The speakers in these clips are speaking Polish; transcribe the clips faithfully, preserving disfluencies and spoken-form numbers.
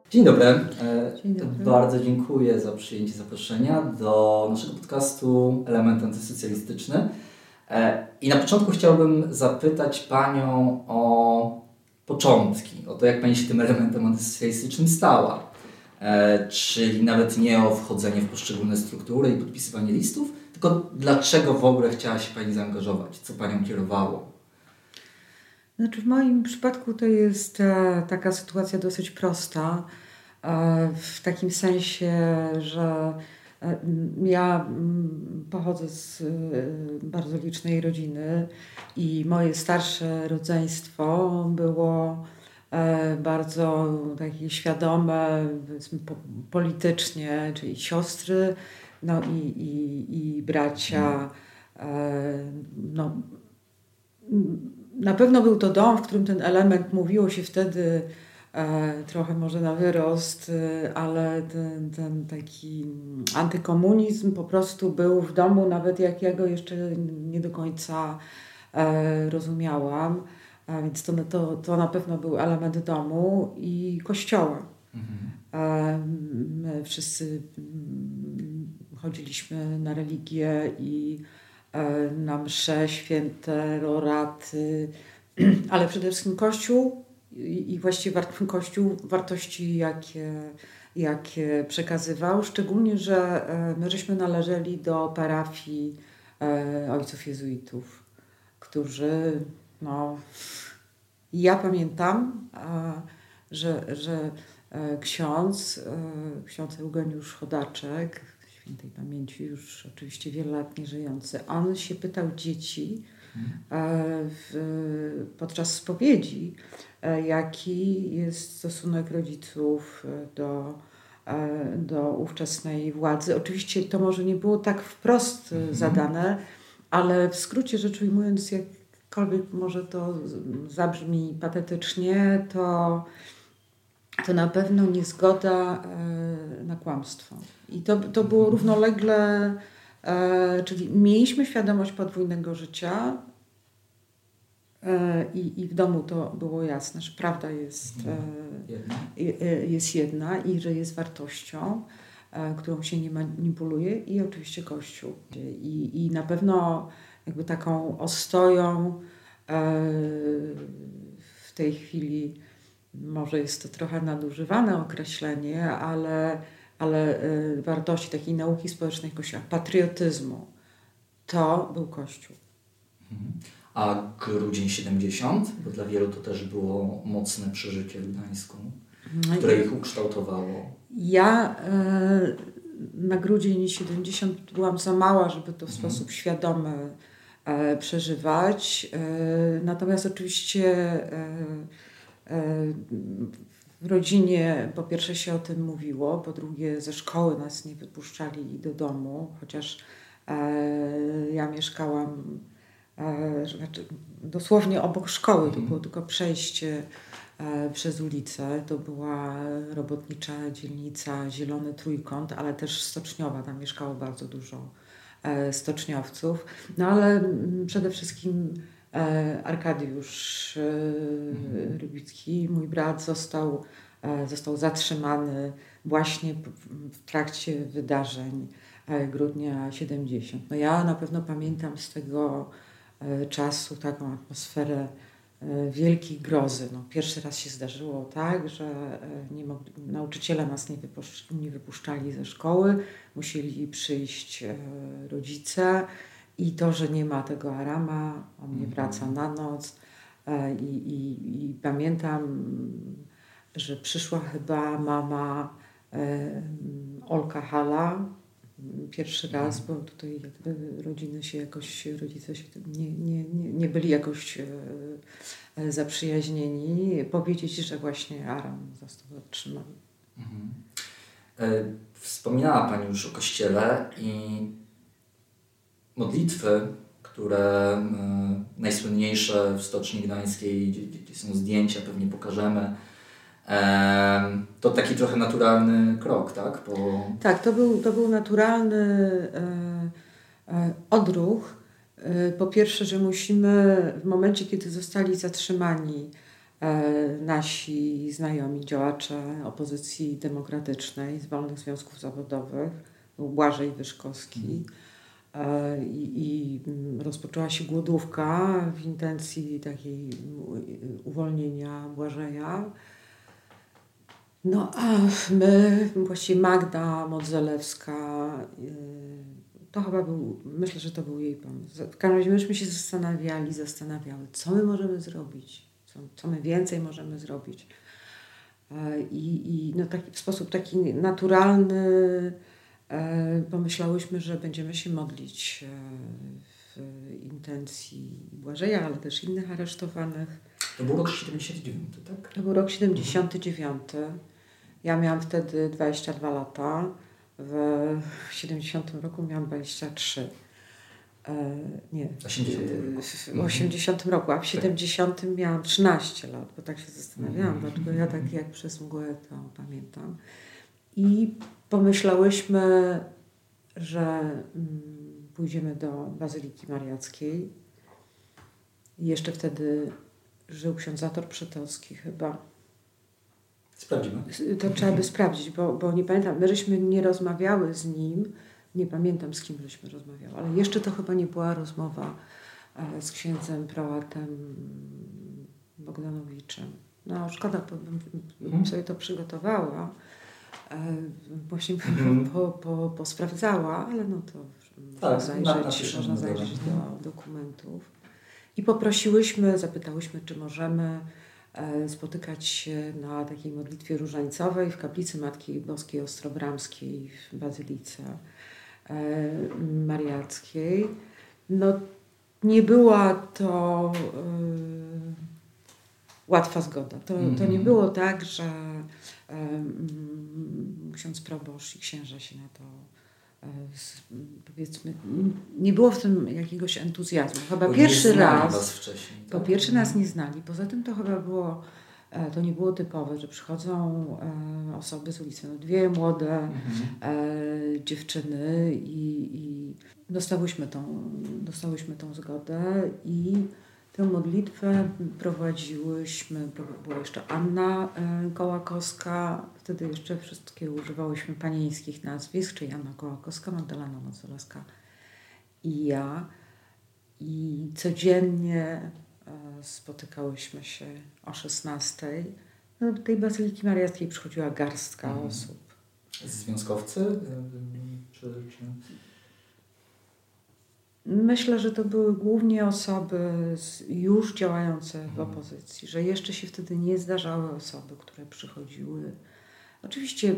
Dzień dobry. Dzień dobry. Bardzo dziękuję za przyjęcie zaproszenia do naszego podcastu Element Antysocjalistyczny. I na początku chciałbym zapytać Panią o początki, o to, jak Pani się tym elementem antysocjalistycznym stała. Czyli nawet nie o wchodzenie w poszczególne struktury i podpisywanie listów, tylko dlaczego w ogóle chciała się Pani zaangażować, co Panią kierowało? Znaczy w moim przypadku to jest e, taka sytuacja dosyć prosta, e, w takim sensie, że e, ja m, pochodzę z e, bardzo licznej rodziny i moje starsze rodzeństwo było e, bardzo takie świadome, powiedzmy, po, politycznie, czyli siostry, no i, i, i bracia, e, no na pewno był to dom, w którym ten element mówiło się wtedy e, trochę może na wyrost, e, ale ten, ten taki antykomunizm po prostu był w domu, nawet jak ja go jeszcze nie do końca e, rozumiałam. A więc to, to, to na pewno był element domu i kościoła. Mhm. E, my wszyscy chodziliśmy na religię i na msze święte, roraty, ale przede wszystkim Kościół i, i właściwie Kościół wartości, jakie, jakie przekazywał, szczególnie, że my żeśmy należeli do parafii ojców jezuitów, którzy, no, ja pamiętam, że, że ksiądz, ksiądz Eugeniusz Chodaczek, świętej pamięci, już oczywiście wiele lat nieżyjący, on się pytał dzieci w, podczas spowiedzi, jaki jest stosunek rodziców do, do ówczesnej władzy. Oczywiście to może nie było tak wprost zadane, ale w skrócie rzecz ujmując, jakkolwiek może to zabrzmi patetycznie, to to na pewno niezgoda e, na kłamstwo. I to, to było równolegle, e, czyli mieliśmy świadomość podwójnego życia e, i, i w domu to było jasne, że prawda jest, e, e, jest jedna i że jest wartością, e, którą się nie manipuluje, i oczywiście Kościół. I, i na pewno jakby taką ostoją e, w tej chwili, może jest to trochę nadużywane określenie, ale, ale y, wartości takiej nauki społecznej Kościoła, patriotyzmu, to był Kościół. A grudzień siedemdziesiąt, bo dla wielu to też było mocne przeżycie w Gdańsku, które ich ukształtowało. Ja y, na grudzień siedemdziesiąt byłam za mała, żeby to w hmm. sposób świadomy y, przeżywać. Y, natomiast oczywiście y, w rodzinie po pierwsze się o tym mówiło, po drugie ze szkoły nas nie wypuszczali do domu, chociaż e, ja mieszkałam e, znaczy dosłownie obok szkoły, to było tylko przejście e, przez ulicę, to była robotnicza dzielnica, Zielony Trójkąt, ale też stoczniowa, tam mieszkało bardzo dużo e, stoczniowców, no ale m, przede wszystkim Arkadiusz mhm. Rybicki, mój brat, został, został zatrzymany właśnie w trakcie wydarzeń grudnia siedemdziesiąt. No ja na pewno pamiętam z tego czasu taką atmosferę wielkiej grozy. No, pierwszy raz się zdarzyło tak, że nie mogli, nauczyciele nas nie, wypuszcz, nie wypuszczali ze szkoły, musieli przyjść rodzice. I to, że nie ma tego Arama, on nie wraca na noc. I, i, i pamiętam, że przyszła chyba mama e, Olka Hala pierwszy raz, bo tutaj jakby rodziny się jakoś, rodzice się nie, nie, nie, nie byli jakoś e, zaprzyjaźnieni, powiedzieć, że właśnie Aram został zatrzymany. Mhm. E, wspominała Pani już o Kościele i modlitwy, które y, najsłynniejsze w Stoczni Gdańskiej, gdzie, gdzie są zdjęcia, pewnie pokażemy, e, to taki trochę naturalny krok, tak? Po... Tak, to był, to był naturalny e, e, odruch. E, po pierwsze, że musimy w momencie, kiedy zostali zatrzymani nasi znajomi działacze opozycji demokratycznej z wolnych związków zawodowych, był Błażej Wyszkowski. I, I rozpoczęła się głodówka w intencji takiej uwolnienia Błażeja. No a my, właściwie Magda Modzelewska, to chyba był, myślę, że to był jej pomysł. W każdym razie myśmy się zastanawiali, zastanawiały, co my możemy zrobić, co, co my więcej możemy zrobić. I, i no taki, w sposób taki naturalny pomyślałyśmy, że będziemy się modlić w intencji Błażeja, ale też innych aresztowanych. To był rok siedemdziesiąty dziewiąty, tak? To był rok siedemdziesiąty dziewiąty. Ja miałam wtedy dwadzieścia dwa lata. W siedemdziesiątym roku miałam dwadzieścia trzy. E, nie, w osiemdziesiątym roku, a w siedemdziesiątym miałam trzynaście lat, bo tak się zastanawiałam, dlaczego ja tak jak przez mgłę to pamiętam. I pomyślałyśmy, że mm, pójdziemy do Bazyliki Mariackiej. I jeszcze wtedy żył ksiądz Zator Przetocki chyba. Sprawdzimy. To trzeba by sprawdzić, bo, bo nie pamiętam. My żeśmy nie rozmawiały z nim. Nie pamiętam, z kim żeśmy rozmawiały, ale jeszcze to chyba nie była rozmowa z księdzem prałatem Bogdanowiczem. No szkoda, bo bym sobie to przygotowała. Właśnie mm. po, po, posprawdzała, ale no to tak, można zajrzeć, na, można zajrzeć do dokumentów. I poprosiłyśmy, zapytałyśmy, czy możemy spotykać się na takiej modlitwie różańcowej w kaplicy Matki Boskiej Ostrobramskiej w Bazylice Mariackiej. No nie była to yy, łatwa zgoda. To, mm. to nie było tak, że yy, ksiądz proboszcz i księża się na to yy, powiedzmy, nie było w tym jakiegoś entuzjazmu. Chyba Bo pierwszy nie raz, was wcześniej, tak? po pierwszy nas nie znali. Poza tym to chyba było, to nie było typowe, że przychodzą e, osoby z ulicy, no dwie młode mhm. e, dziewczyny i, i dostałyśmy, tą, dostałyśmy tą zgodę i tę modlitwę prowadziłyśmy, była jeszcze Anna e, Kołakowska, wtedy jeszcze wszystkie używałyśmy panieńskich nazwisk, czyli Anna Kołakowska, Magdalena Modzelewska i ja. I codziennie spotykałyśmy się o szesnastej. No, do tej Bazyliki Mariackiej przychodziła garstka mhm. osób. Związkowcy? Czy, czy... Myślę, że to były głównie osoby z, już działające mhm. w opozycji, że jeszcze się wtedy nie zdarzały osoby, które przychodziły. Oczywiście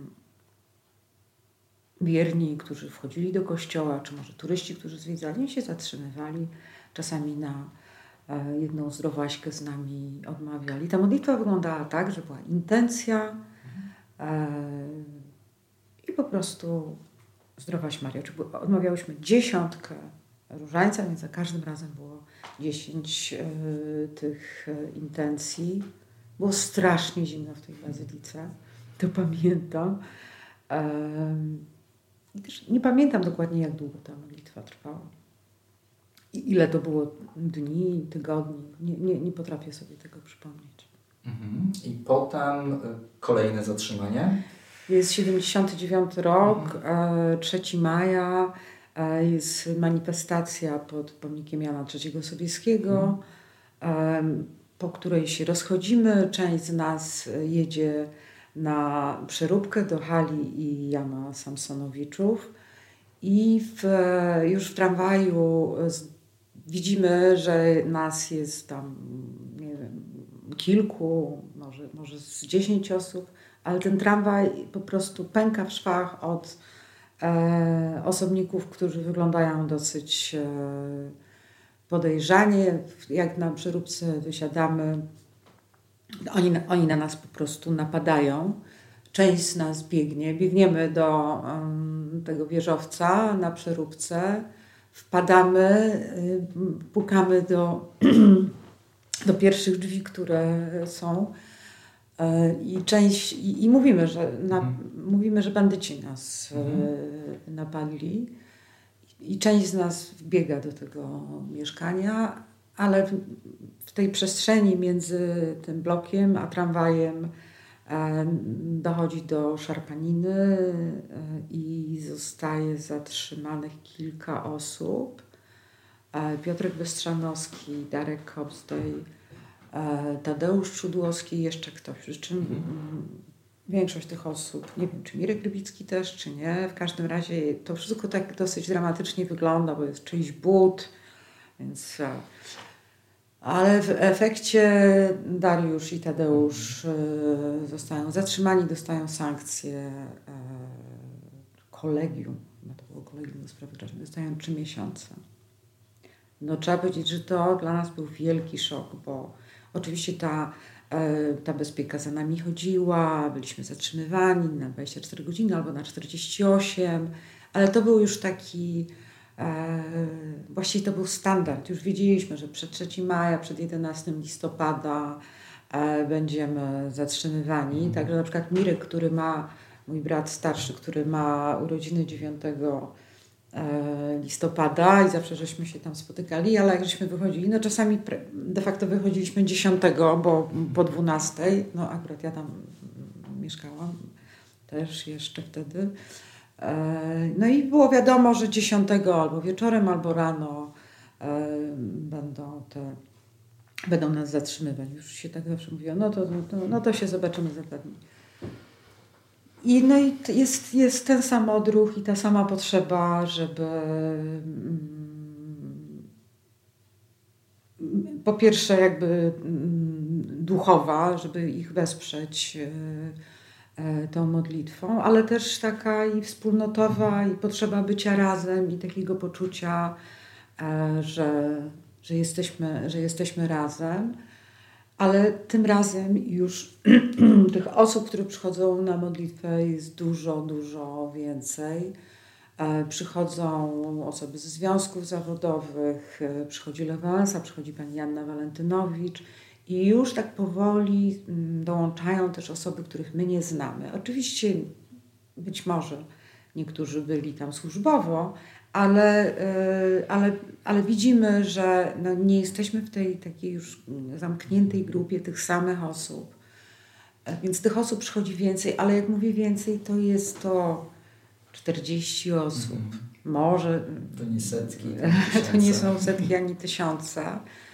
wierni, którzy wchodzili do kościoła, czy może turyści, którzy zwiedzali, się zatrzymywali czasami na jedną zdrowaśkę z nami odmawiali. Ta modlitwa wyglądała tak, że była intencja e, i po prostu zdrowaś Maria. Czyli odmawiałyśmy dziesiątkę różańca, więc za każdym razem było dziesięć e, tych e, intencji. Było strasznie zimno w tej bazylice. To pamiętam. E, i też nie pamiętam dokładnie, jak długo ta modlitwa trwała. Ile to było dni, tygodni, nie, nie, nie potrafię sobie tego przypomnieć. Mhm. I potem kolejne zatrzymanie? Jest siedemdziesiąty dziewiąty rok, mhm. trzeciego maja, jest manifestacja pod pomnikiem Jana trzeciego Sobieskiego, mhm. po której się rozchodzimy. Część z nas jedzie na przeróbkę do Hali i Jana Samsonowiczów i w, już w tramwaju widzimy, że nas jest tam, nie wiem, kilku, może, może z dziesięć osób, ale ten tramwaj po prostu pęka w szwach od e, osobników, którzy wyglądają dosyć e, podejrzanie. Jak na przeróbce wysiadamy, oni, oni na nas po prostu napadają. Część z nas biegnie. Biegniemy do um, tego wieżowca na przeróbce. Wpadamy, pukamy do, do pierwszych drzwi, które są i część i, i mówimy, że na, mhm. mówimy, że bandyci nas mhm. napadli i część z nas wbiega do tego mieszkania, ale w, w tej przestrzeni między tym blokiem a tramwajem dochodzi do szarpaniny i zostaje zatrzymanych kilka osób. Piotrek Bystrzanowski, Darek Kobzdej, Tadeusz Szudłowski i jeszcze ktoś. Przy czym mhm. większość tych osób, nie wiem czy Mirek Rybicki też, czy nie, w każdym razie to wszystko tak dosyć dramatycznie wygląda, bo jest czyjś but, więc... Ale w efekcie Dariusz i Tadeusz y, zostają zatrzymani, dostają sankcje y, kolegium, no to było kolegium do spraw wdrażania, dostają trzy miesiące. No trzeba powiedzieć, że to dla nas był wielki szok, bo oczywiście ta, y, ta bezpieka za nami chodziła, byliśmy zatrzymywani na dwadzieścia cztery godziny albo na czterdzieści osiem, ale to był już taki... E, właściwie to był standard. Już wiedzieliśmy, że przed trzeciego maja, przed jedenastego listopada e, będziemy zatrzymywani. Także na przykład Mirek, który ma, mój brat starszy, który ma urodziny dziewiątego listopada i zawsze żeśmy się tam spotykali, ale jak żeśmy wychodzili, no czasami de facto wychodziliśmy dziesiątego, bo po dwunastej, no akurat ja tam mieszkałam też jeszcze wtedy. No i było wiadomo, że dziesiątego albo wieczorem, albo rano będą te, będą nas zatrzymywać. Już się tak zawsze mówiło, no to, no, no to się zobaczymy za dwa dni. I no i jest, jest ten sam odruch i ta sama potrzeba, żeby po pierwsze jakby duchowa, żeby ich wesprzeć tą modlitwą, ale też taka i wspólnotowa i potrzeba bycia razem i takiego poczucia, że, że, jesteśmy, że jesteśmy razem. Ale tym razem już tych osób, które przychodzą na modlitwę jest dużo, dużo więcej. Przychodzą osoby ze związków zawodowych, przychodzi Lech Wałęsa, przychodzi pani Janna Walentynowicz i już tak powoli dołączają też osoby, których my nie znamy. Oczywiście być może niektórzy byli tam służbowo, ale, ale, ale widzimy, że no nie jesteśmy w tej takiej już zamkniętej grupie tych samych osób. Więc tych osób przychodzi więcej, ale jak mówię więcej, to jest to czterdzieści osób. Mm. Może. To nie setki. To, to nie są setki ani tysiące.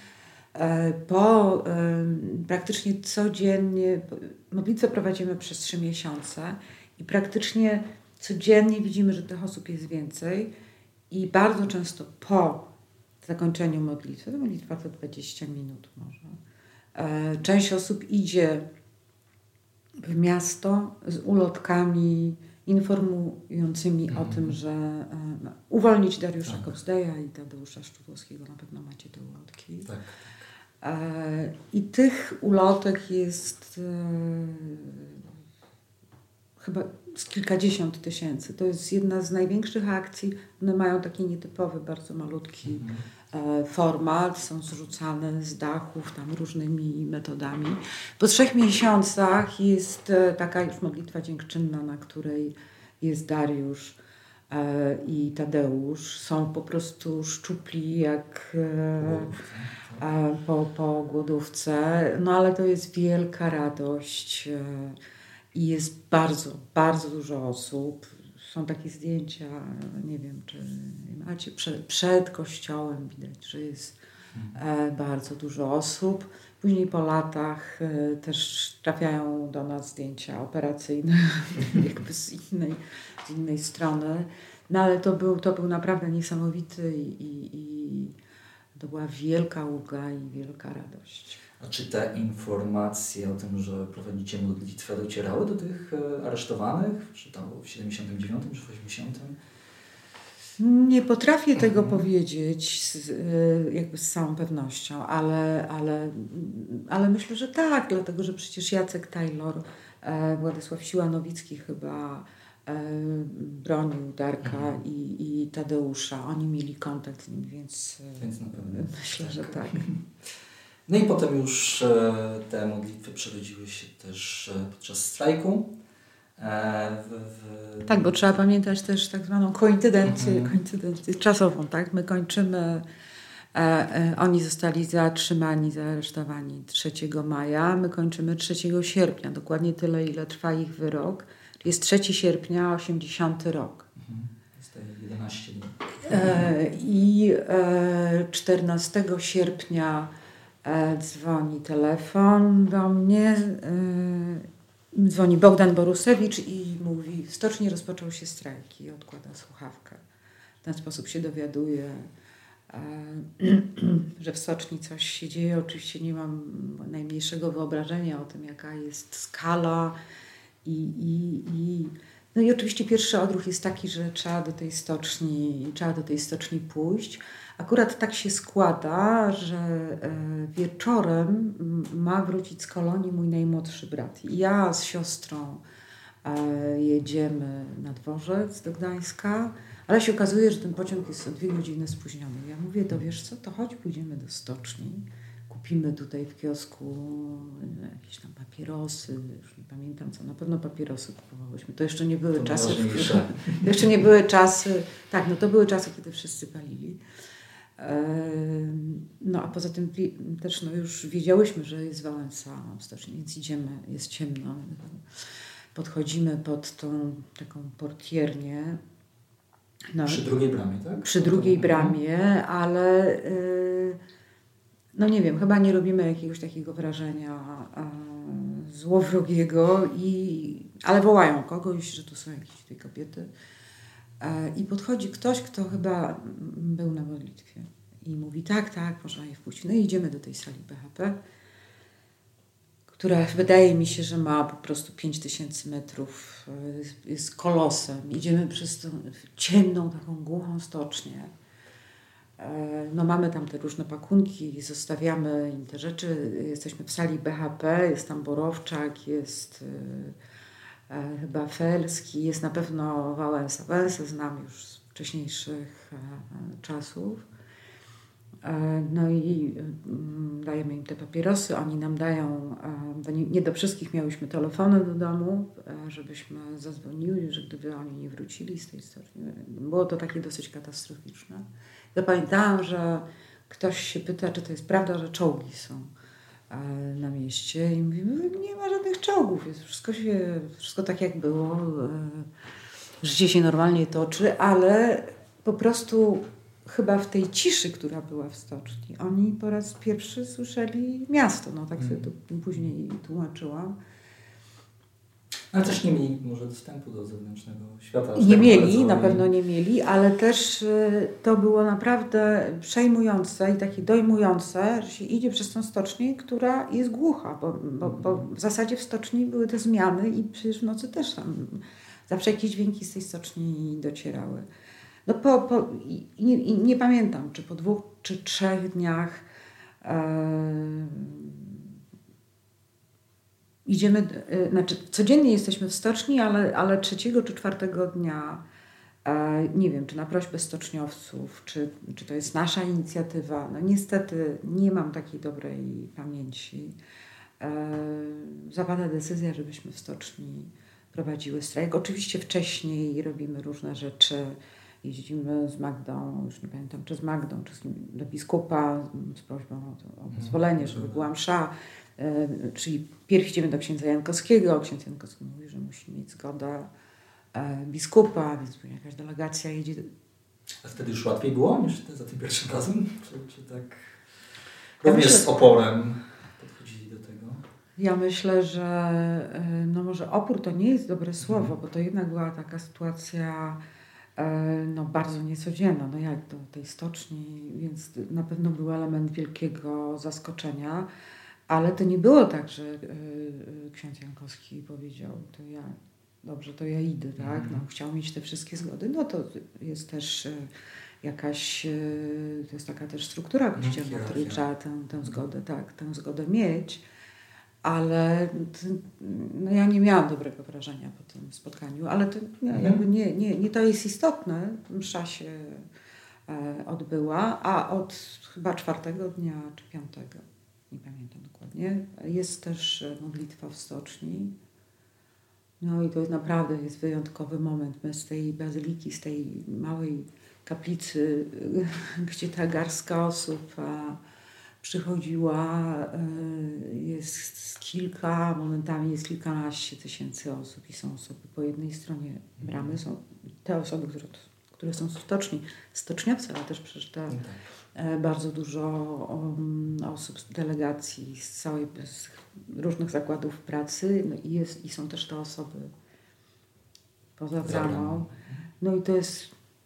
Po praktycznie codziennie, modlitwę prowadzimy przez trzy miesiące i praktycznie codziennie widzimy, że tych osób jest więcej. I bardzo często po zakończeniu modlitwy, to modlitwa to dwadzieścia minut może, część osób idzie w miasto z ulotkami informującymi mm. o tym, że no, uwolnić Dariusza tak. Kobzdeja i Tadeusza Szczudłowskiego, na pewno macie te ulotki. Tak. I tych ulotek jest chyba z kilkadziesiąt tysięcy. To jest jedna z największych akcji. One mają taki nietypowy, bardzo malutki mm. format. Są zrzucane z dachów tam różnymi metodami. Po trzech miesiącach jest taka już modlitwa dziękczynna, na której jest Dariusz e, i Tadeusz. Są po prostu szczupli jak e, e, po, po głodówce. No ale to jest wielka radość. E, I jest bardzo, bardzo dużo osób. Są takie zdjęcia, nie wiem, czy macie, przed, przed kościołem widać, że jest e, bardzo dużo osób. Później po latach e, też trafiają do nas zdjęcia operacyjne, jakby z innej, z innej strony. No ale to był, to był naprawdę niesamowity i, i, i to była wielka ulga i wielka radość. A czy te informacje o tym, że prowadzicie modlitwę, docierały do tych aresztowanych? Czy to w siedemdziesiątym dziewiątym czy w osiemdziesiątym? Nie potrafię tego mhm. powiedzieć z, jakby z całą pewnością, ale, ale, ale myślę, że tak, dlatego że przecież Jacek Taylor, e, Władysław Siła-Nowicki chyba e, bronił Darka mhm. i, i Tadeusza. Oni mieli kontakt z nim, więc, więc na pewno myślę, tak. że tak. No i potem już te modlitwy przerodziły się też podczas strajku. W, w... Tak, bo trzeba pamiętać też tak zwaną koincydencję, mm-hmm. koincydencję czasową, tak? My kończymy E, e, oni zostali zatrzymani, zaaresztowani trzeciego maja. My kończymy trzeciego sierpnia. Dokładnie tyle, ile trwa ich wyrok. Jest trzeciego sierpnia, osiemdziesiąty rok. Mhm. Jest jedenaście dni. E, I e, czternastego sierpnia e, dzwoni telefon do mnie. E, dzwoni Bogdan Borusewicz i mówi: w stoczni rozpoczął się strajk, i odkłada słuchawkę. W ten sposób się dowiaduje, że w stoczni coś się dzieje. Oczywiście nie mam najmniejszego wyobrażenia o tym, jaka jest skala i, i, i no i oczywiście pierwszy odruch jest taki, że trzeba do tej stoczni, trzeba do tej stoczni pójść. Akurat tak się składa, że wieczorem ma wrócić z kolonii mój najmłodszy brat. I ja z siostrą jedziemy na dworzec do Gdańska, ale się okazuje, że ten pociąg jest o dwie godziny spóźniony. Ja mówię: to wiesz co, to chodź, pójdziemy do stoczni, kupimy tutaj w kiosku jakieś tam papierosy, już nie pamiętam co, na pewno papierosy kupowałyśmy. To jeszcze nie były to czasy, to jeszcze nie były czasy, tak, no to były czasy, kiedy wszyscy palili. No a poza tym też no już wiedziałyśmy, że jest Wałęsa w stoczni, więc idziemy, jest ciemno. Podchodzimy pod tą taką portiernię. No, przy drugiej bramie, tak? Przy drugiej bramie, ale yy, no nie wiem, chyba nie robimy jakiegoś takiego wrażenia yy, złowrogiego, i, ale wołają kogoś, że tu są jakieś dwie kobiety. Yy, I podchodzi ktoś, kto chyba był na modlitwie i mówi: tak, tak, można je wpuścić. No i idziemy do tej sali B H P, która wydaje mi się, że ma po prostu pięć tysięcy metrów, jest kolosem. Idziemy przez tą ciemną, taką głuchą stocznię. No mamy tam te różne pakunki, zostawiamy im te rzeczy. Jesteśmy w sali B H P, jest tam Borowczak, jest e, chyba Felski, jest na pewno Wałęsa. Wałęsę znam już z wcześniejszych e, czasów. No i dajemy im te papierosy, oni nam dają, bo nie, nie do wszystkich miałyśmy telefony do domu, żebyśmy zadzwoniły, że gdyby oni nie wrócili z tej stoczni. Było to takie dosyć katastroficzne. Zapamiętałam, że ktoś się pyta, czy to jest prawda, że czołgi są na mieście, i mówimy: nie ma żadnych czołgów, jest wszystko, się, wszystko tak jak było, życie się normalnie toczy, ale po prostu chyba w tej ciszy, która była w stoczni, oni po raz pierwszy słyszeli miasto. No tak sobie to później tłumaczyłam. Ale też nie mieli może dostępu do zewnętrznego świata. Nie mieli, na pewno nie mieli, ale też to było naprawdę przejmujące i takie dojmujące, że się idzie przez tą stocznię, która jest głucha, bo, bo, bo w zasadzie w stoczni były te zmiany i przecież w nocy też tam zawsze jakieś dźwięki z tej stoczni docierały. No po, po, i, i, i nie pamiętam, czy po dwóch, czy trzech dniach e, idziemy, e, znaczy codziennie jesteśmy w stoczni, ale, ale trzeciego czy czwartego dnia, e, nie wiem, czy na prośbę stoczniowców, czy, czy to jest nasza inicjatywa, no niestety nie mam takiej dobrej pamięci, e, zapada decyzja, żebyśmy w stoczni prowadziły strajk. Oczywiście wcześniej robimy różne rzeczy. Jeździmy z Magdą, już nie pamiętam, czy z Magdą, czy z, do biskupa z prośbą o, o pozwolenie, żeby była msza. E, czyli pierw idziemy do księdza Jankowskiego. Ksiądz Jankowski mówi, że musi mieć zgodę e, biskupa, więc później jakaś delegacja jedzie. A wtedy już łatwiej było niż za tym pierwszym razem? Czy, czy tak również ja myślę, z oporem podchodzili do tego? Ja myślę, że no może opór to nie jest dobre słowo, hmm. bo to jednak była taka sytuacja no bardzo niecodzienna, no jak do tej stoczni, więc na pewno był element wielkiego zaskoczenia, ale to nie było tak, że y, y, ksiądz Jankowski powiedział: to ja, dobrze, to ja idę, tak, no chciał mieć te wszystkie zgody, no to jest też y, jakaś, y, to jest taka też struktura kościelna, w której trzeba tę, tę zgodę, tak, tę zgodę mieć. Ale no ja nie miałam dobrego wrażenia po tym spotkaniu, ale to nie, jakby nie, nie, nie to jest istotne. Msza się e, odbyła, a od chyba czwartego dnia czy piątego, nie pamiętam dokładnie, jest też modlitwa w stoczni. No i to jest naprawdę jest wyjątkowy moment. My z tej bazyliki, z tej małej kaplicy, gdzie ta garstka osób przychodziła, jest kilka, momentami jest kilkanaście tysięcy osób i są osoby po jednej stronie bramy, są te osoby, które, które są w stoczni, stoczniowce, ale też przecież te bardzo dużo um, osób z delegacji, z całej, z różnych zakładów pracy, no i, jest, i są też te osoby poza bramą. No i to jest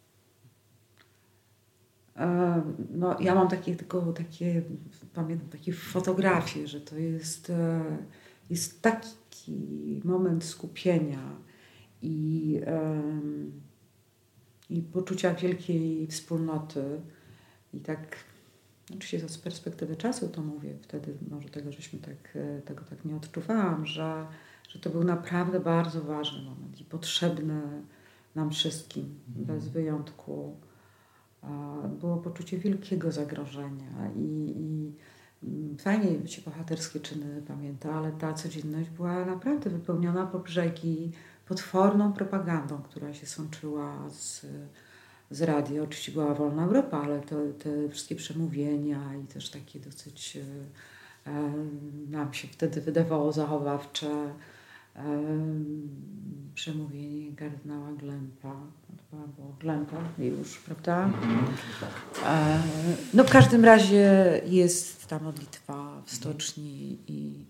e, no ja mam takie tylko takie, pamiętam takie fotografie, że to jest, e, jest taki moment skupienia i, e, i poczucia wielkiej wspólnoty. I tak, oczywiście z perspektywy czasu to mówię, wtedy może tego, żeśmy tak, tego tak nie odczuwałam, że, że to był naprawdę bardzo ważny moment i potrzebny nam wszystkim, mm. bez wyjątku. Było poczucie wielkiego zagrożenia i, i fajnie się bohaterskie czyny pamięta, ale ta codzienność była naprawdę wypełniona po brzegi potworną propagandą, która się sączyła z z radia. Oczywiście była Wolna Europa, ale to, te wszystkie przemówienia i też takie dosyć e, nam się wtedy wydawało zachowawcze e, przemówienie kardynała Glempa. To chyba było Glempa już, prawda? E, no w każdym razie jest ta modlitwa w stoczni i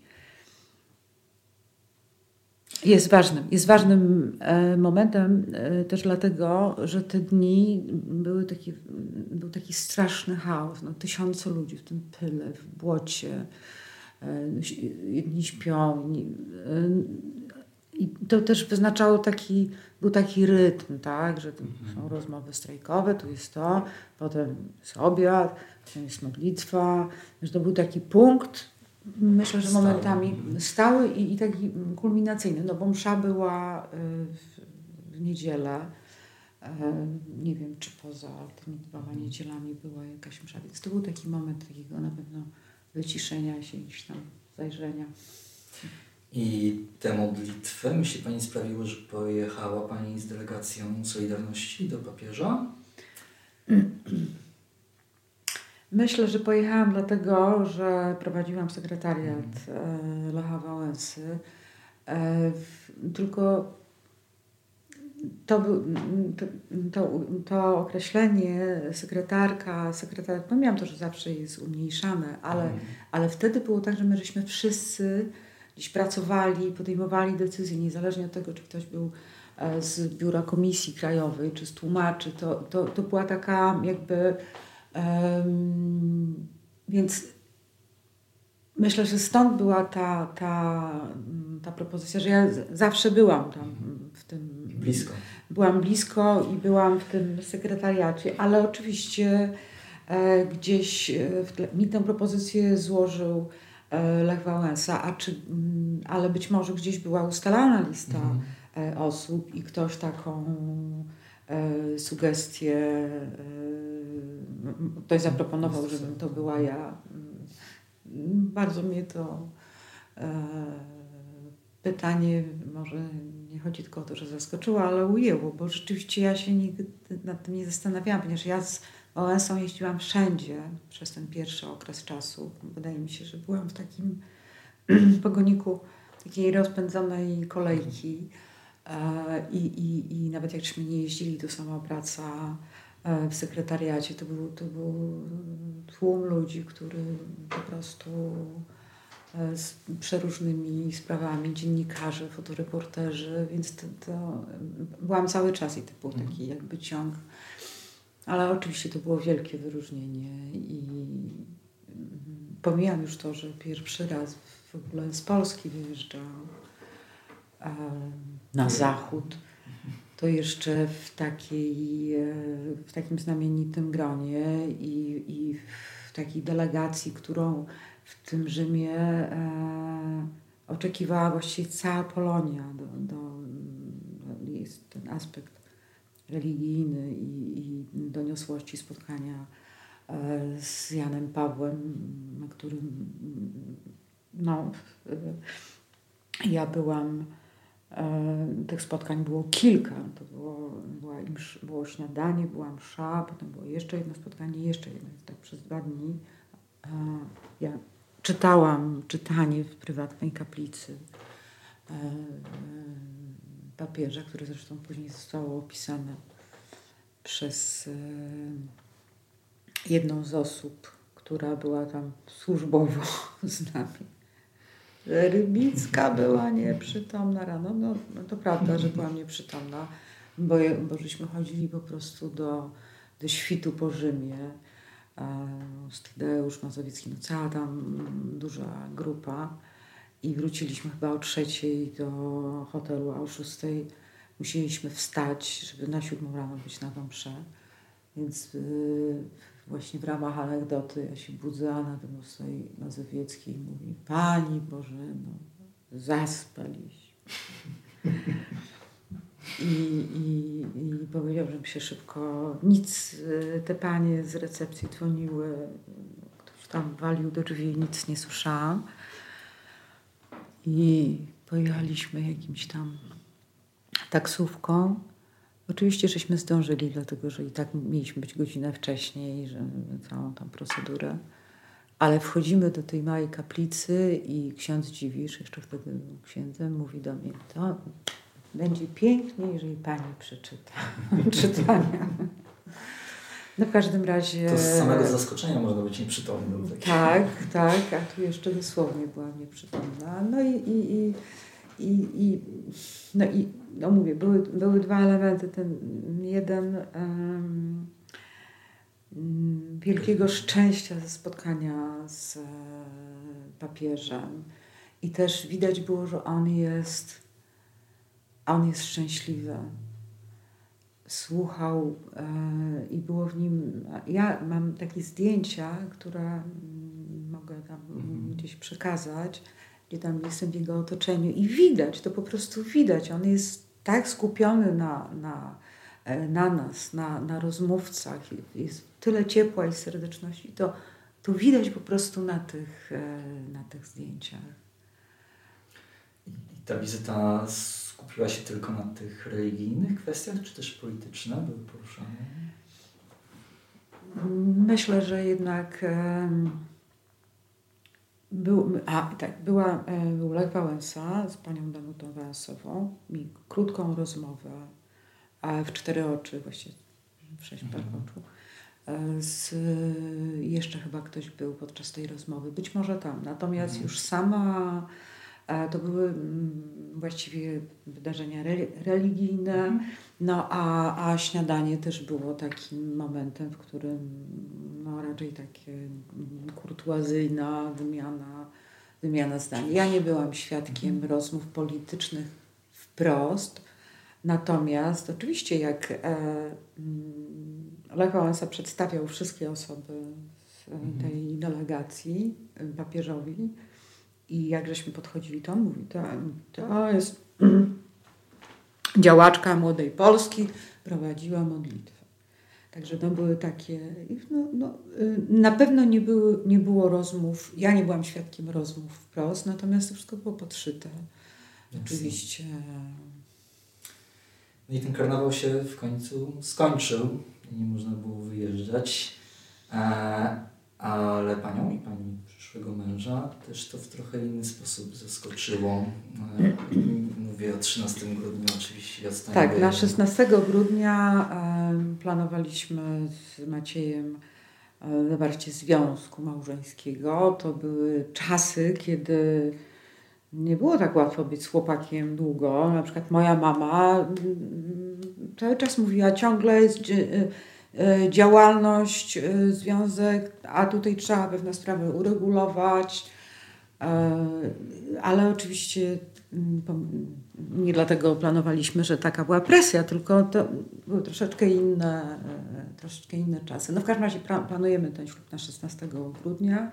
Jest ważnym, jest ważnym e, momentem e, też dlatego, że te dni były taki, był taki straszny chaos. No, tysiące ludzi w tym pyle, w błocie. E, jedni śpią. Inni, e, I to też wyznaczało taki, był taki rytm, tak, że są rozmowy strajkowe, tu jest to, potem jest obiad, potem jest modlitwa. Że to był taki punkt, myślę, że momentami stały i, i taki kulminacyjny, no bo msza była w, w niedzielę. Nie wiem, czy poza tymi dwoma niedzielami była jakaś msza, więc to był taki moment takiego na pewno wyciszenia się, gdzieś tam zajrzenia. I te modlitwy, myśli Pani, sprawiły, że pojechała Pani z delegacją Solidarności do papieża? Myślę, że pojechałam dlatego, że prowadziłam sekretariat e, Lecha Wałęsy. E, w, tylko to, to, to, to określenie sekretarka, sekretariat, pomijam to, że zawsze jest umniejszane, ale, mm. ale wtedy było tak, że my żeśmy wszyscy gdzieś pracowali, podejmowali decyzje, niezależnie od tego, czy ktoś był z biura komisji krajowej, czy z tłumaczy. To, to, to była taka jakby... Um, więc myślę, że stąd była ta, ta, ta propozycja, że ja zawsze byłam tam w tym... Blisko. Byłam blisko i byłam w tym sekretariacie, ale oczywiście e, gdzieś w tle, mi tę propozycję złożył e, Lech Wałęsa, a czy, m, ale być może gdzieś była ustalana lista mhm. e, osób i ktoś taką e, sugestię e, ktoś zaproponował, żebym to była ja. Bardzo mnie to e, pytanie, może nie chodzi tylko o to, że zaskoczyło, ale ujęło, bo rzeczywiście ja się nigdy nad tym nie zastanawiałam, ponieważ ja z Wałęsą jeździłam wszędzie przez ten pierwszy okres czasu. Wydaje mi się, że byłam w takim pogoniku takiej rozpędzonej kolejki e, i, i, i nawet jakśmy nie jeździli, to sama praca w sekretariacie. To był, to był tłum ludzi, który po prostu z przeróżnymi sprawami, dziennikarze, fotoreporterzy, więc to, to byłam cały czas i to był taki jakby ciąg. Ale oczywiście to było wielkie wyróżnienie i pomijam już to, że pierwszy raz w ogóle z Polski wyjeżdżał na zachód. To jeszcze w, takiej, w takim znamienitym gronie i, i w takiej delegacji, którą w tym Rzymie e, oczekiwała właściwie cała Polonia. Do, do, do, jest ten aspekt religijny i, i doniosłości spotkania e, z Janem Pawłem, na którym no, e, ja byłam Tych spotkań było kilka. To było, była msz, było śniadanie, była msza, potem było jeszcze jedno spotkanie, jeszcze jedno. Tak przez dwa dni ja czytałam czytanie w prywatnej kaplicy papieża, które zresztą później zostało opisane przez jedną z osób, która była tam służbowo z nami. Rybicka była nieprzytomna rano. No, no to prawda, że byłam nieprzytomna, bo, bo żeśmy chodzili po prostu do, do świtu po Rzymie. Tadeusz Mazowiecki, no cała tam duża grupa i wróciliśmy chyba o trzeciej do hotelu, a o szóstej musieliśmy wstać, żeby na siódmą rano być na tą mszę. Więc yy, właśnie w ramach anegdoty ja się budzę, a nade mną stoi Mazowiecki i mówi: Pani Bożeno, zaspaliśmy. I, i, I powiedział, że mi się szybko nic, te panie z recepcji dzwoniły, ktoś tam walił do drzwi, nic nie słyszałam. I pojechaliśmy jakimś tam taksówką. Oczywiście żeśmy zdążyli, dlatego że i tak mieliśmy być godzinę wcześniej, że całą tą procedurę. Ale wchodzimy do tej małej kaplicy i ksiądz Dziwisz, jeszcze wtedy był księdzem, mówi do mnie: to będzie pięknie, jeżeli pani przeczyta czytania. No w każdym razie... To z samego zaskoczenia można być nieprzytomnym. Tak, tak, a tu jeszcze dosłownie byłam nieprzytomna. No i, i, i, i, i, no, i no mówię, były, były dwa elementy. Ten jeden um, wielkiego szczęścia ze spotkania z papieżem i też widać było, że on jest on jest szczęśliwy. Słuchał e, i było w nim... Ja mam takie zdjęcia, które m, mogę tam mm. gdzieś przekazać, gdzie tam jestem w jego otoczeniu i widać, to po prostu widać. On jest tak skupiony na, na, na nas, na, na rozmówcach. Jest tyle ciepła i serdeczności. To, to widać po prostu na tych, na tych zdjęciach. I ta wizyta skupiła się tylko na tych religijnych kwestiach, czy też polityczne były poruszane? Myślę, że jednak um, był, a, tak, była, był Lech Wałęsa z panią Danutą Wałęsową. Mi krótką rozmowę a w cztery oczy, właściwie w sześć par mhm. oczu. Z, jeszcze chyba ktoś był podczas tej rozmowy, być może tam. Natomiast mhm. już sama to były właściwie wydarzenia re, religijne, mhm. no a, a śniadanie też było takim momentem, w którym no, raczej takie kurtuazyjna wymiana, wymiana zdań. Ja nie byłam świadkiem mhm. rozmów politycznych wprost, natomiast oczywiście jak e, Lech Wałęsa przedstawiał wszystkie osoby z mhm. tej delegacji papieżowi, i jak żeśmy podchodzili, to on mówi, to, to jest działaczka Młodej Polski, prowadziła modlitwę. Także to były takie, no, no, na pewno nie, były, nie było rozmów, ja nie byłam świadkiem rozmów wprost, natomiast to wszystko było podszyte. Jasne. Oczywiście. No i ten karnawał się w końcu skończył, nie można było wyjeżdżać. E- Ale panią i pani przyszłego męża też to w trochę inny sposób zaskoczyło. Mówię o trzynastego grudnia oczywiście. Tak, na szesnastego grudnia e, planowaliśmy z Maciejem e, zawarcie związku małżeńskiego. To były czasy, kiedy nie było tak łatwo być z chłopakiem długo. Na przykład moja mama m, cały czas mówiła, ciągle jest... E, działalność, związek, a tutaj trzeba pewne sprawy uregulować, ale oczywiście nie dlatego planowaliśmy, że taka była presja, tylko to były troszeczkę inne, troszeczkę inne czasy. No w każdym razie planujemy ten ślub na szesnastego grudnia.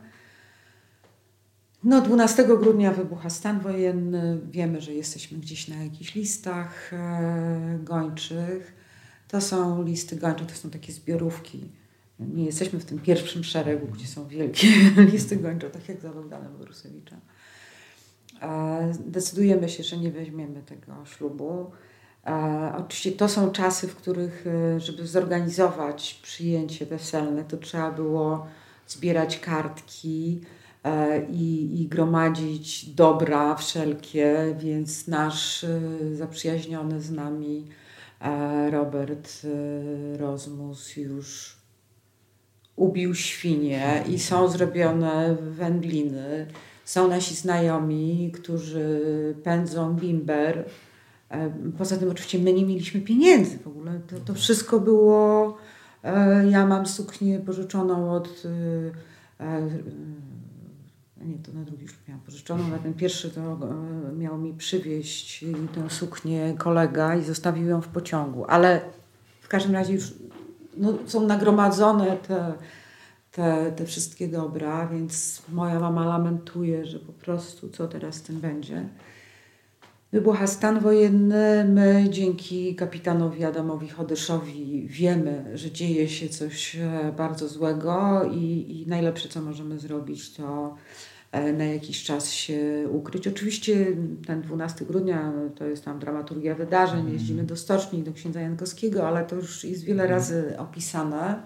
No dwunastego grudnia wybucha stan wojenny, wiemy, że jesteśmy gdzieś na jakichś listach gończych. To są listy gończe, to są takie zbiorówki. Nie jesteśmy w tym pierwszym szeregu, gdzie są wielkie listy gończe, tak jak za Bogdana Borusewicza. Decydujemy się, że nie weźmiemy tego ślubu. Oczywiście to są czasy, w których, żeby zorganizować przyjęcie weselne, to trzeba było zbierać kartki i, i gromadzić dobra wszelkie, więc nasz zaprzyjaźniony z nami Robert Rozmus już ubił świnie i są zrobione wędliny. Są nasi znajomi, którzy pędzą bimber. Poza tym oczywiście my nie mieliśmy pieniędzy w ogóle. To, to wszystko było... Ja mam suknię pożyczoną od... Nie, to na drugi ślub miałam pożyczoną, na ten pierwszy to miał mi przywieźć tę suknię kolega i zostawił ją w pociągu. Ale w każdym razie już no, są nagromadzone te, te, te wszystkie dobra, więc moja mama lamentuje, że po prostu co teraz z tym będzie. Wybucha stan wojenny. My dzięki kapitanowi Adamowi Chodyszowi wiemy, że dzieje się coś bardzo złego i, i najlepsze, co możemy zrobić, to na jakiś czas się ukryć. Oczywiście ten dwunastego grudnia to jest tam dramaturgia wydarzeń, jeździmy do stoczni, do księdza Jankowskiego, ale to już jest wiele razy opisane.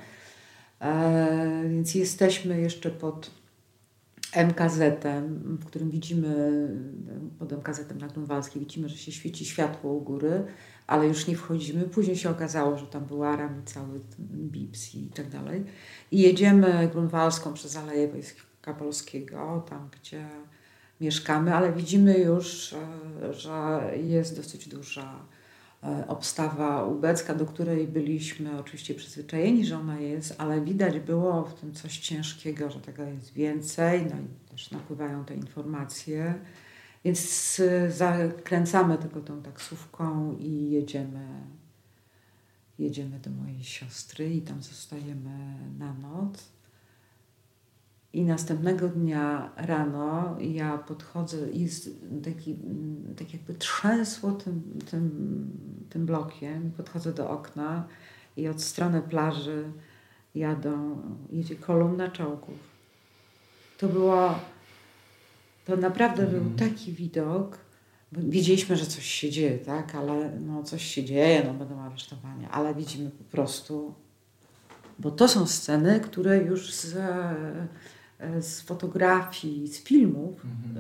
E, więc jesteśmy jeszcze pod em ka zetem, w którym widzimy, pod em ka zetem na Grunwaldzkiej widzimy, że się świeci światło u góry, ale już nie wchodzimy. Później się okazało, że tam był alarm i cały bips i tak dalej. I jedziemy Grunwaldzką przez Aleję Wojska Polskiego, tam gdzie mieszkamy, ale widzimy już, że jest dosyć duża obstawa ubecka, do której byliśmy oczywiście przyzwyczajeni, że ona jest, ale widać było w tym coś ciężkiego, że tego jest więcej, no i też napływają te informacje, więc zakręcamy tylko tą taksówką i jedziemy, jedziemy do mojej siostry i tam zostajemy na noc. I następnego dnia rano ja podchodzę i jest taki, tak jakby trzęsło tym, tym, tym blokiem. Podchodzę do okna i od strony plaży jadą, jedzie kolumna czołgów. To było, to naprawdę mm. był taki widok. Wiedzieliśmy, że coś się dzieje, tak, ale no coś się dzieje, no będą aresztowania, ale widzimy po prostu, bo to są sceny, które już z z fotografii, z filmów mm-hmm.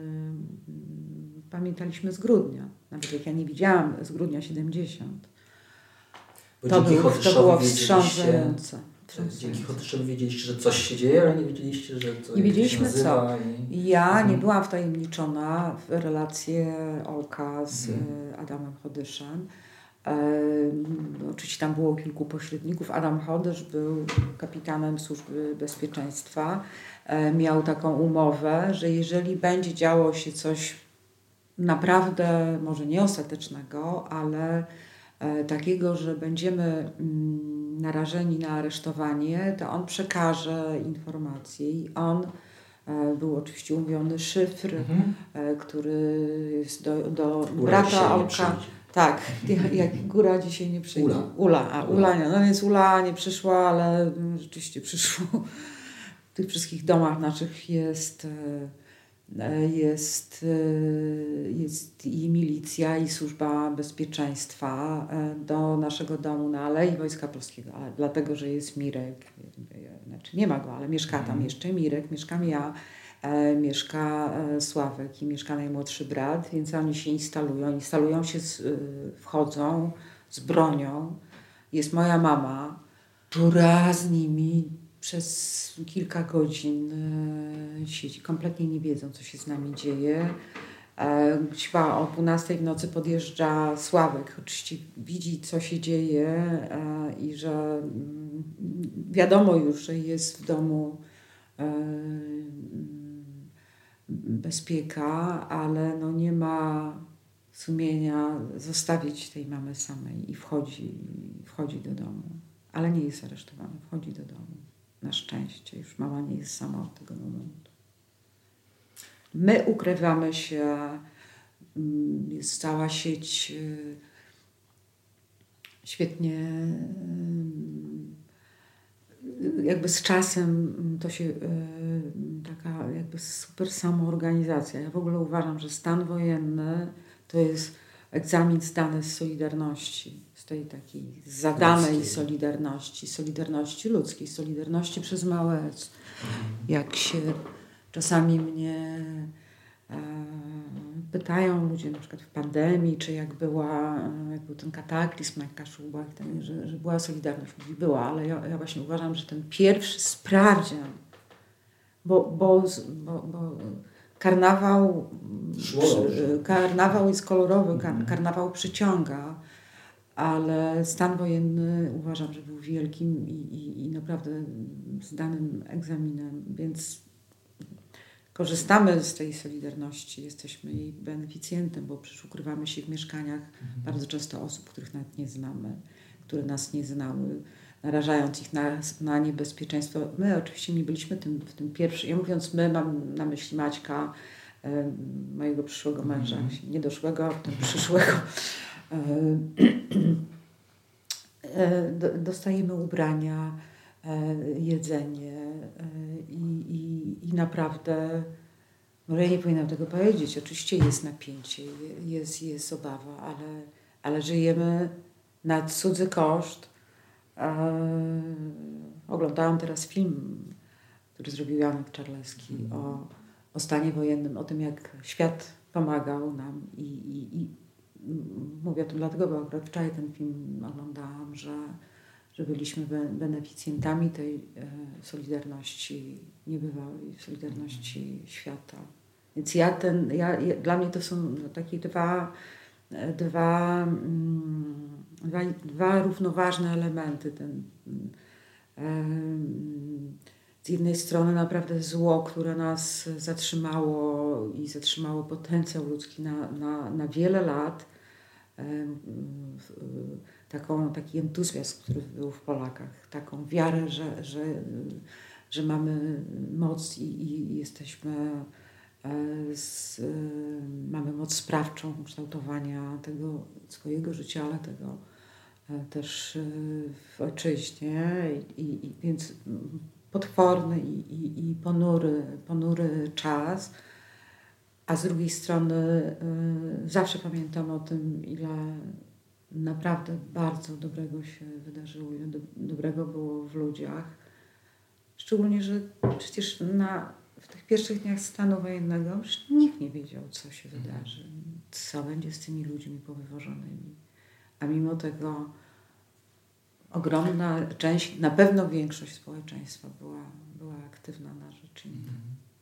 y, pamiętaliśmy z grudnia. Nawet jak ja nie widziałam z grudnia siedemdziesiąt. Bo to, dzięki był, to było wstrząsające. Dzięki Chodyszowi wiedzieliście, że coś się dzieje, ale nie wiedzieliście, że to nie wiedzieliśmy się nazywa. co. I... Ja mhm. nie byłam wtajemniczona w relację Olka z mhm. Adamem Chodyszem. E, oczywiście tam było kilku pośredników. Adam Chodysz był kapitanem Służby Bezpieczeństwa. E, miał taką umowę, że jeżeli będzie działo się coś naprawdę, może nie ostatecznego, ale e, takiego, że będziemy mm, narażeni na aresztowanie, to on przekaże informacje i on e, był oczywiście umówiony szyfr, mhm. e, który jest do, do brata Olka. Tak, jak góra dzisiaj nie przyjdzie. Ula. Ula, a Ula nie. No więc Ula nie przyszła, ale rzeczywiście przyszło. W tych wszystkich domach naszych jest, jest, jest i milicja, i Służba Bezpieczeństwa do naszego domu na Alei Wojska Polskiego, ale dlatego, że jest Mirek, znaczy nie ma go, ale mieszka tam hmm. jeszcze Mirek, mieszkam ja, e, mieszka e, Sławek i mieszka najmłodszy brat, więc oni się instalują, instalują się, z, y, wchodzą z bronią. Jest moja mama, która z nimi przez kilka godzin e, siedzi, kompletnie nie wiedzą, co się z nami dzieje. E, chyba o dwunastej w nocy podjeżdża Sławek, oczywiście widzi, co się dzieje e, i że mm, wiadomo już, że jest w domu e, bezpieka, ale no nie ma sumienia zostawić tej mamy samej i wchodzi, wchodzi do domu. Ale nie jest aresztowany, wchodzi do domu. Na szczęście, już mama nie jest sama od tego momentu. My ukrywamy się, jest cała sieć jakby z czasem to się taka jakby super samoorganizacja. Ja w ogóle uważam, że stan wojenny to jest egzamin zdany z solidarności, z tej takiej zadanej ludzkiej solidarności, solidarności ludzkiej, solidarności przez małe S. Jak się czasami mnie e, pytają ludzie na przykład w pandemii, czy jak była, jak był ten kataklizm na Kaszubach, ten, że, że była solidarność ludzi, była, ale ja, ja właśnie uważam, że ten pierwszy sprawdzian, bo, bo, bo, bo karnawał, karnawał jest kolorowy, kar, karnawał przyciąga, ale stan wojenny uważam, że był wielkim i, i, i naprawdę zdanym egzaminem, więc korzystamy z tej solidarności, jesteśmy jej beneficjentem, bo przecież ukrywamy się w mieszkaniach mhm. bardzo często osób, których nawet nie znamy, które nas nie znały, narażając ich na, na niebezpieczeństwo. My oczywiście nie byliśmy tym, w tym pierwszym, ja mówiąc my, mam na myśli Maćka, e, mojego przyszłego męża, mhm. nie doszłego, a potem przyszłego. E, e, do, dostajemy ubrania, e, jedzenie e, i, i, i naprawdę, może ja nie powinnam tego powiedzieć, oczywiście jest napięcie, jest, jest obawa, ale, ale żyjemy na cudzy koszt. E, oglądałam teraz film, który zrobił Janek Czarleski mm. o, o stanie wojennym, o tym, jak świat pomagał nam i, i, i mówię o tym dlatego, bo akurat wczoraj ten film oglądałam, że, że byliśmy beneficjentami tej e, solidarności niebywałej, solidarności świata. Więc ja ten, ja, ja, dla mnie to są takie dwa, dwa, dwa, dwa równoważne elementy. Ten, e, z jednej strony naprawdę zło, które nas zatrzymało i zatrzymało potencjał ludzki na, na, na wiele lat. E, taką, taki entuzjazm, który był w Polakach, taką wiarę, że, że, że mamy moc i, i jesteśmy z, mamy moc sprawczą kształtowania tego swojego życia, ale tego też w ojczyźnie i, i więc potworny i, i, i ponury, ponury czas, a z drugiej strony y, zawsze pamiętam o tym, ile naprawdę bardzo dobrego się wydarzyło, ile do, dobrego było w ludziach. Szczególnie, że przecież na, w tych pierwszych dniach stanu wojennego nikt nie wiedział, co się wydarzy, co będzie z tymi ludźmi powywożonymi. A mimo tego ogromna część, na pewno większość społeczeństwa była, była aktywna na rzecz inna.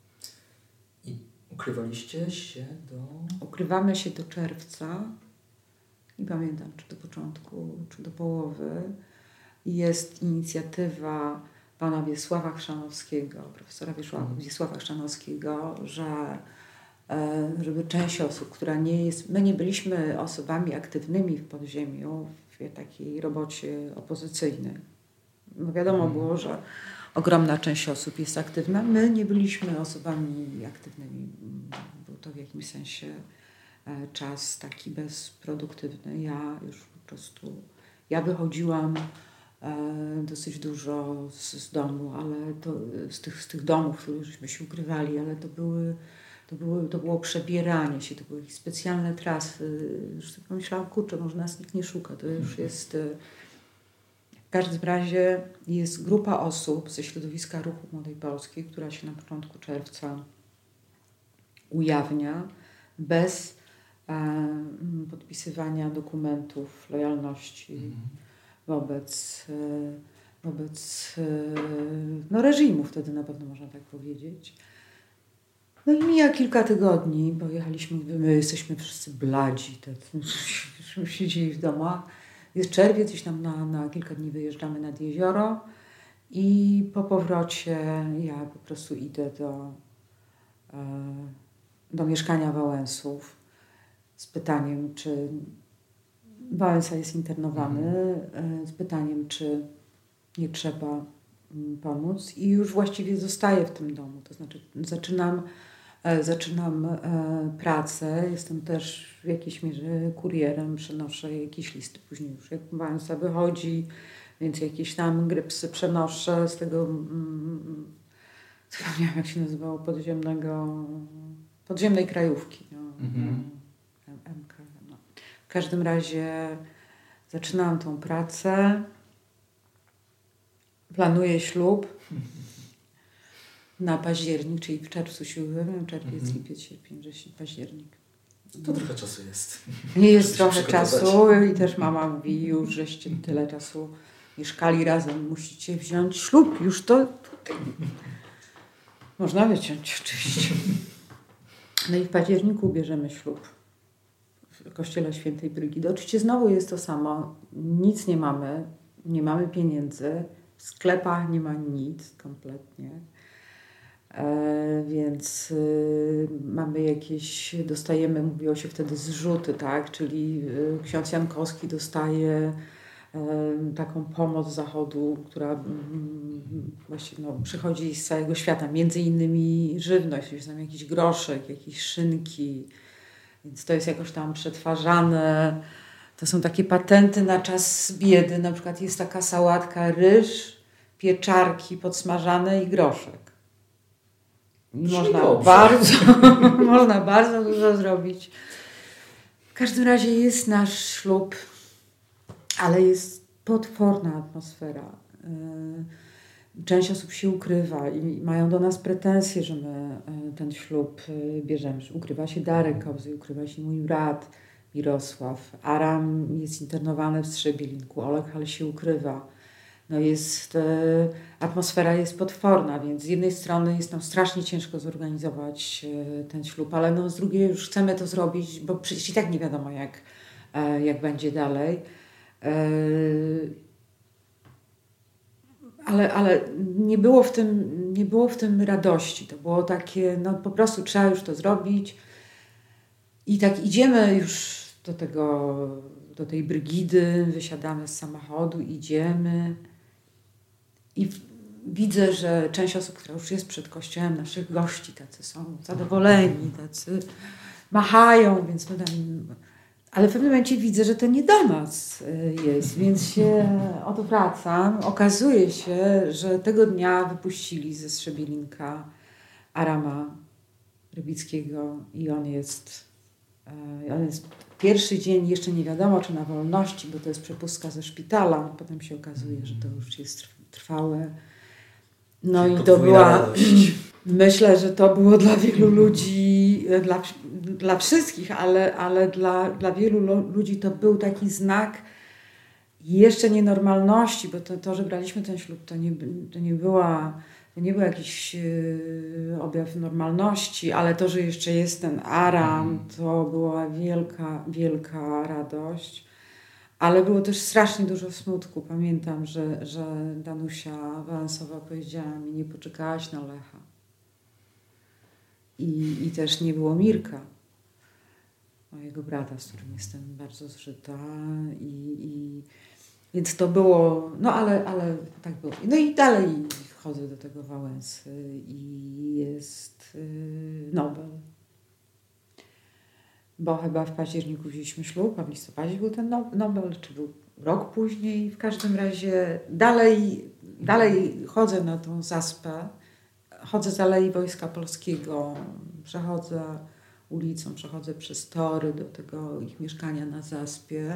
I ukrywaliście się do... Ukrywamy się do czerwca. Nie pamiętam, czy do początku, czy do połowy. Jest inicjatywa pana Wiesława Chrzanowskiego, profesora Wiesława Chrzanowskiego, że żeby część osób, która nie jest... My nie byliśmy osobami aktywnymi w podziemiu, w takiej robocie opozycyjnej. No wiadomo było, że ogromna część osób jest aktywna. My nie byliśmy osobami aktywnymi. Był to w jakimś sensie czas taki bezproduktywny. Ja już po prostu... Ja wychodziłam e, dosyć dużo z, z domu, ale to, z, tych, z tych domów, w których żeśmy się ukrywali, ale to były... To było, to było przebieranie się, to były jakieś specjalne trasy. Już sobie pomyślałam, kurczę, może nas nikt nie szuka. To już jest... W każdym razie jest grupa osób ze środowiska Ruchu Młodej Polski, która się na początku czerwca ujawnia bez e, podpisywania dokumentów lojalności mm. wobec, e, wobec e, no, reżimu, wtedy na pewno można tak powiedzieć. No i mija kilka tygodni, bo jechaliśmy, my jesteśmy wszyscy bladzi, tak, siedzieli w domach. Jest czerwiec, gdzieś tam na, na kilka dni wyjeżdżamy nad jezioro i po powrocie ja po prostu idę do, do mieszkania Wałęsów z pytaniem, czy Wałęsa jest internowany, z pytaniem, czy nie trzeba pomóc i już właściwie zostaję w tym domu, to znaczy zaczynam Zaczynam e, pracę, jestem też w jakiejś mierze kurierem, przenoszę jakieś listy. Później już jak Wałęsa wychodzi, więc jakieś tam grypsy przenoszę z tego, mm, zapomniałam jak się nazywało, podziemnego, podziemnej krajówki. No. Mhm. M K. No. W każdym razie zaczynałam tą pracę, planuję ślub na październik, czyli w czerwcu się urodziłam, czerwiec, Mhm. lipiec, sierpień, wrzesień, październik. To trochę czasu jest. Nie jest Żeby się trochę przygotować. czasu i też mama mówi, już żeście tyle czasu mieszkali razem, musicie wziąć ślub, już to... Można wyciąć oczywiście. No i w październiku bierzemy ślub w kościele świętej Brygidy. Oczywiście znowu jest to samo, nic nie mamy, nie mamy pieniędzy, w sklepach nie ma nic kompletnie. E, więc y, mamy jakieś, dostajemy, mówiło się wtedy zrzuty, tak, czyli y, ksiądz Jankowski dostaje y, taką pomoc z zachodu, która y, właśnie no, przychodzi z całego świata, między innymi żywność, jest tam jakiś groszek, jakieś szynki, więc to jest jakoś tam przetwarzane. To są takie patenty na czas biedy, na przykład jest taka sałatka, ryż, pieczarki podsmażane i groszek. Można bardzo, można bardzo dużo zrobić. W każdym razie jest nasz ślub, ale jest potworna atmosfera. Część osób się ukrywa i mają do nas pretensje, że my ten ślub bierzemy. Ukrywa się Darek Kobzy, ukrywa się mój brat Mirosław. Aram jest internowany w Strzebielinku, Oleg Hal się ukrywa. No jest, e, atmosfera jest potworna, więc z jednej strony jest nam strasznie ciężko zorganizować e, ten ślub, ale no z drugiej już chcemy to zrobić, bo przecież i tak nie wiadomo jak, e, jak będzie dalej. E, ale, ale nie było w tym, nie było w tym radości. To było takie, no po prostu trzeba już to zrobić. I tak idziemy już do tego, do tej Brygidy, wysiadamy z samochodu, idziemy. I w, widzę, że część osób, która już jest przed kościołem, naszych gości, tacy są zadowoleni, tacy machają, więc my tam... Ale w pewnym momencie widzę, że to nie do nas jest, więc się odwracam. Okazuje się, że tego dnia wypuścili ze Strzebielinka Arama Rybickiego i on jest, on jest pierwszy dzień, jeszcze nie wiadomo, czy na wolności, bo to jest przepustka ze szpitala. Potem się okazuje, że to już jest trwałe. No i to była... Radość. Myślę, że to było dla wielu ludzi, dla, dla wszystkich, ale, ale dla, dla wielu ludzi to był taki znak jeszcze nienormalności, bo to, to że braliśmy ten ślub, to nie, to nie była... To nie był jakiś yy, objaw normalności, ale to, że jeszcze jest ten Aram, to była wielka, wielka radość. Ale było też strasznie dużo smutku. Pamiętam, że, że Danusia Wałęsowa powiedziała mi, nie poczekałaś na Lecha. I, i też nie było Mirka, mojego brata, z którym jestem bardzo zżyta. I, i, więc to było, no ale, ale tak było. No i dalej chodzę do tego Wałęsy i jest yy, Nobel. Bo chyba w październiku wzięliśmy ślub, a w listopadzie był ten Nobel, czy był rok później. W każdym razie dalej, dalej chodzę na tą zaspę. Chodzę z Alei Wojska Polskiego, przechodzę ulicą, przechodzę przez tory do tego ich mieszkania na zaspie.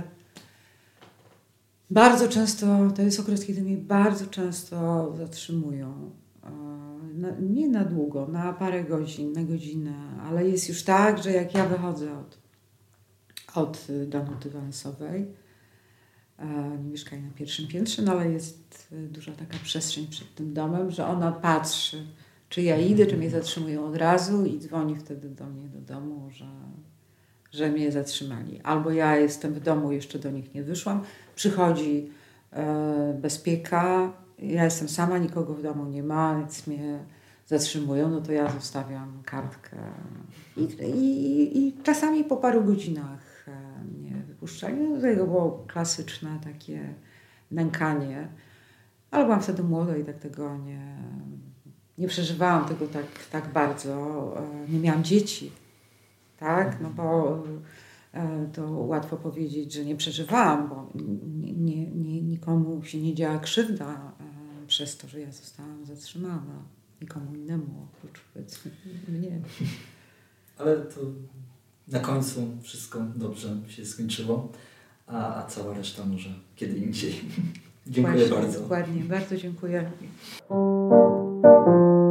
Bardzo często, to jest okres, kiedy mnie bardzo często zatrzymują. Na, nie na długo, na parę godzin, na godzinę, ale jest już tak, że jak ja wychodzę od, od Danuty Wałęsowej, nie mieszkam na pierwszym piętrze, no ale jest duża taka przestrzeń przed tym domem, że ona patrzy, czy ja idę, czy mnie zatrzymują od razu i dzwoni wtedy do mnie do domu, że, że mnie zatrzymali. Albo ja jestem w domu, jeszcze do nich nie wyszłam, przychodzi e, bezpieka, ja jestem sama, nikogo w domu nie ma, więc mnie zatrzymują, no to ja zostawiam kartkę. I, i, i czasami po paru godzinach mnie wypuszczali. No, to było klasyczne takie nękanie. Ale byłam wtedy młoda i tak tego nie, nie przeżywałam tego tak, tak bardzo. Nie miałam dzieci, tak? No bo to łatwo powiedzieć, że nie przeżywałam, bo nie, nie, nie, nikomu się nie działa krzywda przez to, że ja zostałam zatrzymana. Nikomu innemu oprócz powiedzmy mnie. Ale to na końcu wszystko dobrze się skończyło, a, a cała reszta może kiedy indziej. Dziękuję Właśnie, bardzo. Dokładnie, bardzo dziękuję.